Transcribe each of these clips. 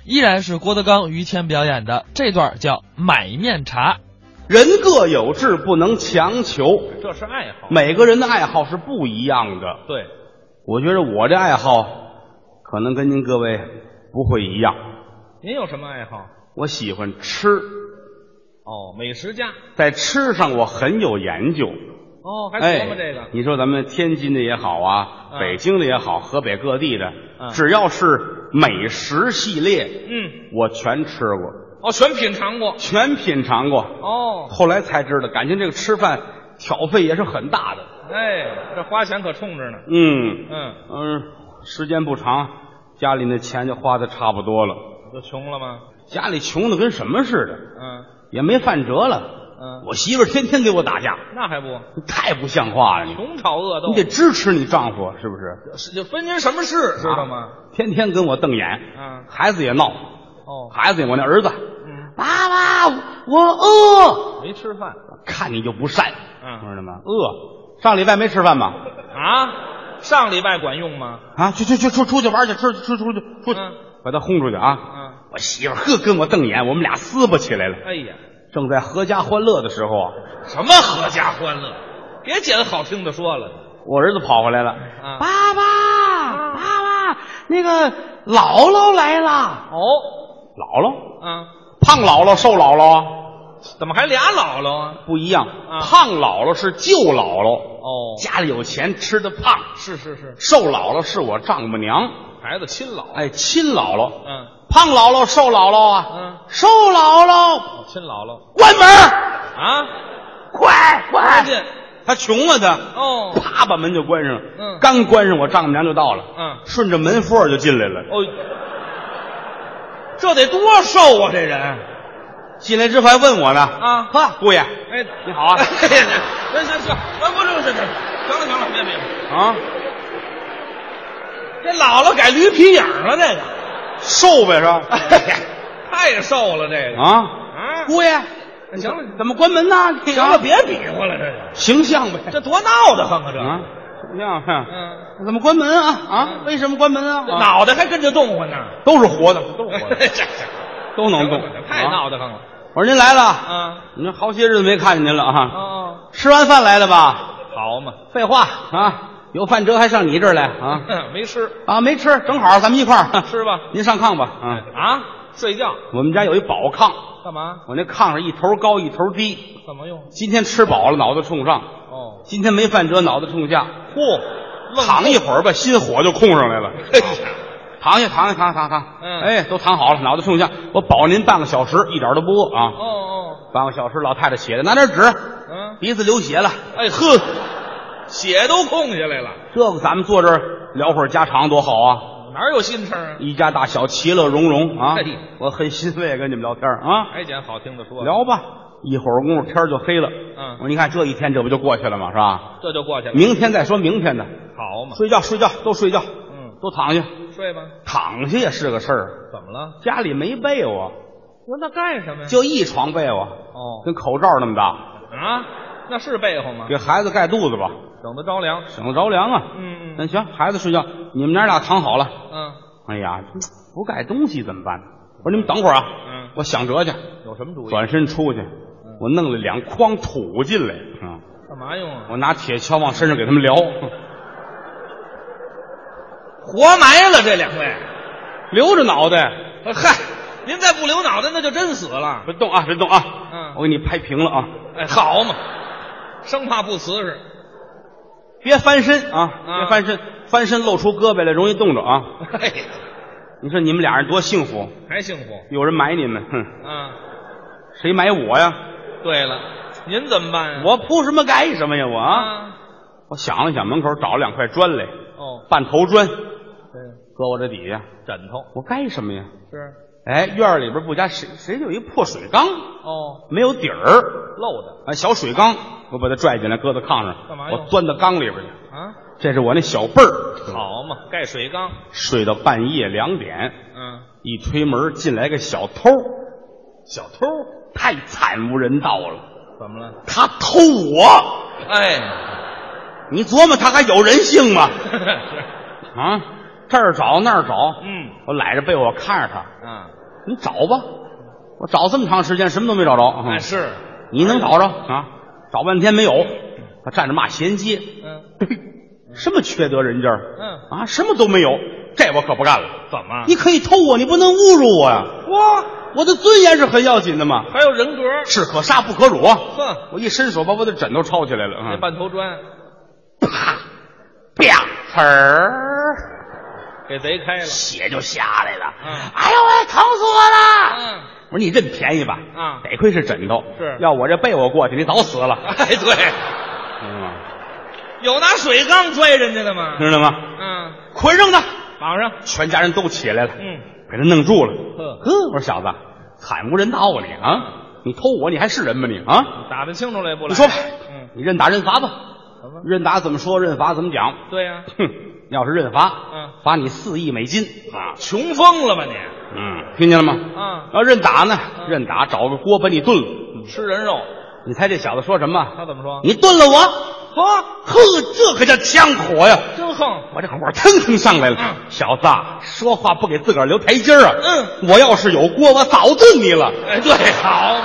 依然是郭德纲、于谦表演的这段叫《买面茶》。 人各有志，不能强求， 这是爱好。 每个人的爱好是不一样的。 对， 我觉得我这爱好可能跟您各位不会一样。 您有什么爱好？ 我喜欢吃。 哦，美食家。 在吃上我很有研究。 哦，还琢磨这个。 你说咱们天津的也好啊，北京的也好，河北各地的，只要是美食系列，我全吃过。 哦，全品尝过。 全品尝过。 哦， 后来才知道，感情这个吃饭挑费也是很大的。 哎，这花钱可冲着呢。 时间不长，家里那钱就花的差不多了。 就穷了吗？ 家里穷的跟什么似的。也没饭辙了。我媳妇儿天天给我打架。 那还不太不像话了。你穷吵恶斗， 你得支持你丈夫，是不是？ 就分您什么事，知道吗？ 天天跟我瞪眼。孩子也闹。孩子也我那儿子。爸爸，我饿。 没吃饭。 看你就不善。知道吗？饿。上礼拜没吃饭吗？ 上礼拜管用吗？ 出去玩去，出去，把他轰出去啊！我媳妇儿跟我瞪眼，我们俩撕巴起来了。 哎呀， 正在合家欢乐的时候啊！ 什么合家欢乐？别捡好听的说了。 我儿子跑回来了。爸爸，那个姥姥来了。 哦， 姥姥？胖姥姥，瘦姥姥啊？ 怎么还俩姥姥啊？ 不一样。胖姥姥是舅姥姥。 哦， 家里有钱，吃的胖。 是。 瘦姥姥是我丈母娘。 孩子亲姥。 亲姥姥。胖姥姥，瘦姥姥啊。瘦姥姥， 亲姥姥。 关门快进！ 他穷啊他。啪把门就关上了。刚关上，我丈母娘就到了。顺着门缝就进来了。 这得多瘦啊这人！ 进来之后还问我呢。姑爷。你好啊。 行，不是，行了，别。这姥姥改驴皮影了，这个瘦呗是吧？ 太瘦了这个。 姑爷， 行了， 怎么关门呢？ 行了，别比划了，这个形象呗， 这多闹得慌啊！这形象怎么关门啊？为什么关门啊？ 脑袋还跟着动唤呢， 都是活的，都能动， 太闹得慌了。 我说您来了。你说好些日子没看见您了啊。吃完饭来了吧？ 好嘛， 废话有饭辙还上你这儿来啊？ 没吃没吃，正好咱们一块儿吃吧。 您上炕吧。 睡觉。 我们家有一宝炕。 干嘛？ 我那炕上一头高一头低。 怎么用？ 今天吃饱了，脑袋冲上。今天没饭辙，脑袋冲下。躺一会儿吧，心火就空上来了。躺下。都躺好了，脑袋冲下。我保您半个小时，一点都不饿啊。半个小时，老太太起来拿点纸。鼻子流血了。 血都空下来了。 这个咱们坐这儿聊会儿家常多好啊！ 哪有心肠啊？ 一家大小其乐融融啊！我很欣慰跟你们聊天啊。 还讲好听的说。 聊吧，一会儿功夫天就黑了。我说你看这一天这不就过去了吗？是吧？ 这就过去了。 明天再说明天的。 好嘛。 睡觉，都睡觉。都躺下。 睡吧。 躺下也是个事儿。 怎么了？ 家里没被窝。 那干什么呀？ 就一床被窝。跟口罩那么大。 那是被窝吗？ 给孩子盖肚子吧。 省得着凉啊。那行，孩子睡觉，你们娘俩躺好了。哎呀，不盖东西怎么办？我说你们等会儿啊。我想辙去。 有什么主意？ 转身出去。我弄了2筐土进来。 干嘛用啊？ 我拿铁锹往身上给他们撩。 活埋了这2位， 留着脑袋。 您再不留脑袋，那就真死了。 别动啊！我给你拍平了啊！ 好嘛，生怕不瓷实。 别翻身啊！别翻身，翻身露出胳膊来容易冻着啊！你说你们俩人多幸福， 还幸福？ 有人埋你们，谁埋我呀？ 对了，您怎么办呀？ 我铺什么盖什么呀？我想了想，门口找了2块砖来，半头砖，搁我这底下枕头。 我盖什么呀？ 是。 院里边不加谁就有一破水缸。没有底儿， 漏的。 小水缸，我把它拽进来，搁在炕上。 干嘛用？ 我钻到缸里边去。这是我那小辈儿。 好嘛，盖水缸。 睡到半夜2点。一推门进来个小偷。 小偷太惨无人道了。 怎么了？ 他偷我。你琢磨他还有人性吗？ 这儿找那儿找，我揽着被窝看着他，你找吧，我找这么长时间什么都没找着， 是， 你能找着啊？找半天没有，他站着骂衔接，什么缺德人家，什么都没有，这我可不干了。 怎么？ 你可以偷我，你不能侮辱我呀！我的尊严是很要紧的嘛， 还有人格， 是可杀不可辱啊！ 哼， 我一伸手把我的枕头抄起来了， 那半头砖， 啪，啪，呲儿， 给贼开了， 血就下来了。哎呦喂，疼死我了！我说你认便宜吧，得亏是枕头， 是要我这被窝过去，你早死了。 哎，对，有拿水缸拽人家的吗？ 知道吗？捆上他， 绑上， 全家人都起来了，给他弄住了。我说小子，惨无人道啊你啊！你偷我，你还是人吗你啊？ 打得清楚来不来？ 你说吧，你认打认罚吧。认打怎么说，认罚怎么讲？ 对呀， 要是认罚，罚你4亿美金啊！穷疯了吧你？ 听见了吗？要认打呢，认打找个锅把你炖了， 吃人肉。 你猜这小子说什么？ 他怎么说？ 你炖了我？呵，这可叫枪火呀！ 真横！ 我这火腾腾上来了。小子，说话不给自个儿留台阶啊！我要是有锅，我早炖你了。 哎，对，好。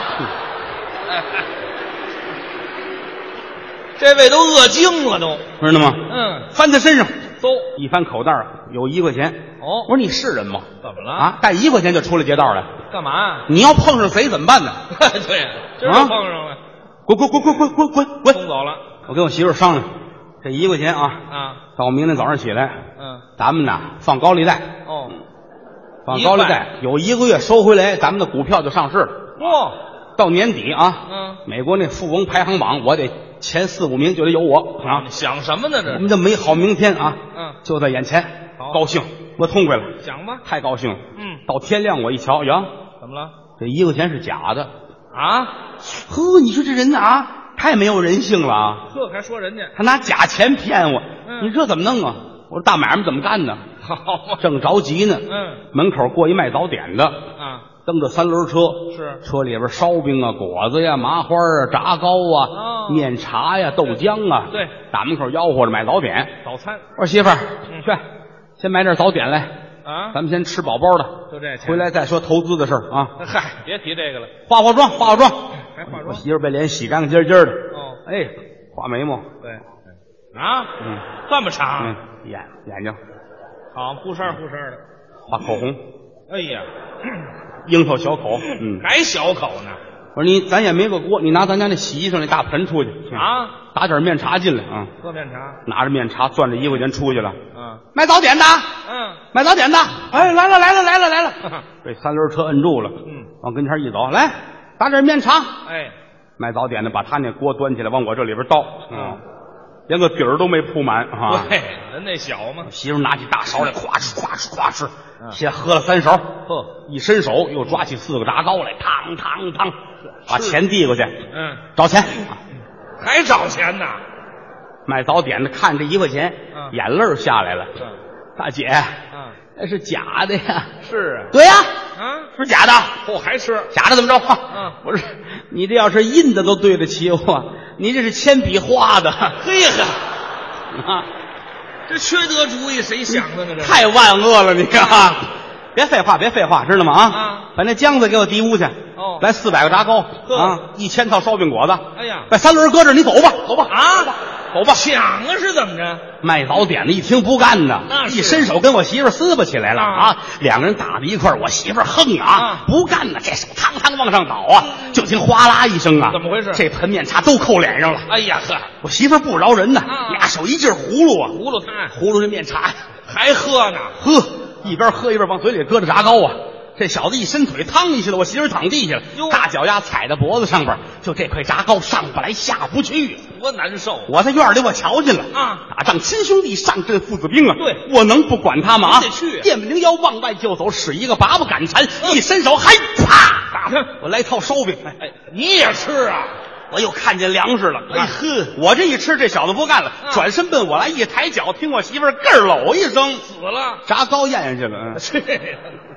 这位都饿精了，都知道吗？翻他身上， 走， 一翻口袋有1块钱。我说你是人吗？ 怎么了？ 带1块钱就出来劫道来， 干嘛？ 你要碰上贼怎么办呢？ 对，今儿碰上了， 滚！ 冲走了。 我跟我媳妇商量，这1块钱到我明天早上起来，咱们呢放高利贷。放高利贷有1个月收回来，咱们的股票就上市了。到年底美国那富翁排行榜，我得前4、5名就得有我啊！ 想什么呢？这我们的美好明天就在眼前，高兴，我痛快了。 想吧， 太高兴了。到天亮我一瞧，呀， 怎么了？ 这1块钱是假的啊！ 呵，你说这人太没有人性了啊！ 这还说人家他拿假钱骗我，你这怎么弄啊？我说大买卖怎么干呢？ 好， 正着急呢。门口过一卖早点的蹬着3轮车， 是车里边烧饼果子呀、麻花炸糕面茶呀、豆浆啊。 对， 大门口吆喝着买早点， 早餐。 我说媳妇儿，去，先买点早点来咱们先吃饱饱的， 就这钱， 回来再说投资的事儿啊。 嗨，别提这个了， 化妆， 还化妆。 我媳妇儿把脸洗干干净净的。画眉毛。 对，这么长。 眼睛， 好，忽闪忽闪的。 画口红。 哎呀， 樱桃小口。 还小口呢。 我说咱也没个锅，你拿咱家那洗衣裳那大盆出去打点面茶进来喝面茶， 拿着面茶攥着1块钱出去了。卖早点的，卖早点的，哎，来了。被3轮车摁住了，往跟前一走，来打点面茶。卖早点的把他那锅端起来往我这里边倒，连个底儿都没铺满对，人那小嘛。 媳妇拿起大勺来，咵哧，先喝了3勺，一伸手又抓起4个炸糕来，嘡，把钱递过去，找钱， 还找钱呢。 卖早点的看这1块钱，眼泪下来了。大姐，那是假的呀。 是对呀，是假的。 还吃假的怎么着？我说你这要是印的都对得起我，你这是铅笔画的。 嘿呵，这缺德主意谁想的呢？这太万恶了，你看。别废话，知道吗？把那浆子给我提屋去。来400个炸糕，1000套烧饼果子。 哎呀， 把3轮搁这，你走吧。走吧。 抢是怎么着？ 卖早点的一听不干呢，一伸手跟我媳妇撕巴起来了2个人打在一块儿，我媳妇横不干呢，这手汤往上倒就听哗啦一声怎么回事？ 这盆面茶都扣脸上了。 哎呀呵， 我媳妇不饶人呐，俩手一劲葫芦葫芦这面茶还喝呢， 一边喝一边往嘴里搁着炸糕这小子一伸腿，趟一下了，我媳妇躺地下了，大脚丫踩在脖子上边，就这块炸糕上不来下不去， 多难受！ 我在院里我瞧见了打仗亲兄弟上阵父子兵对， 我能不管他吗？ 得去电不灵腰往外就走，使一个拔赶缠，一伸手，嗨，啪， 打他！ 我来套烧饼， 你也吃啊？ 我又看见粮食了，我这一吃，这小子不干了，转身奔我来，一抬脚，听我媳妇咯搂一声， 死了， 炸糕咽下去了，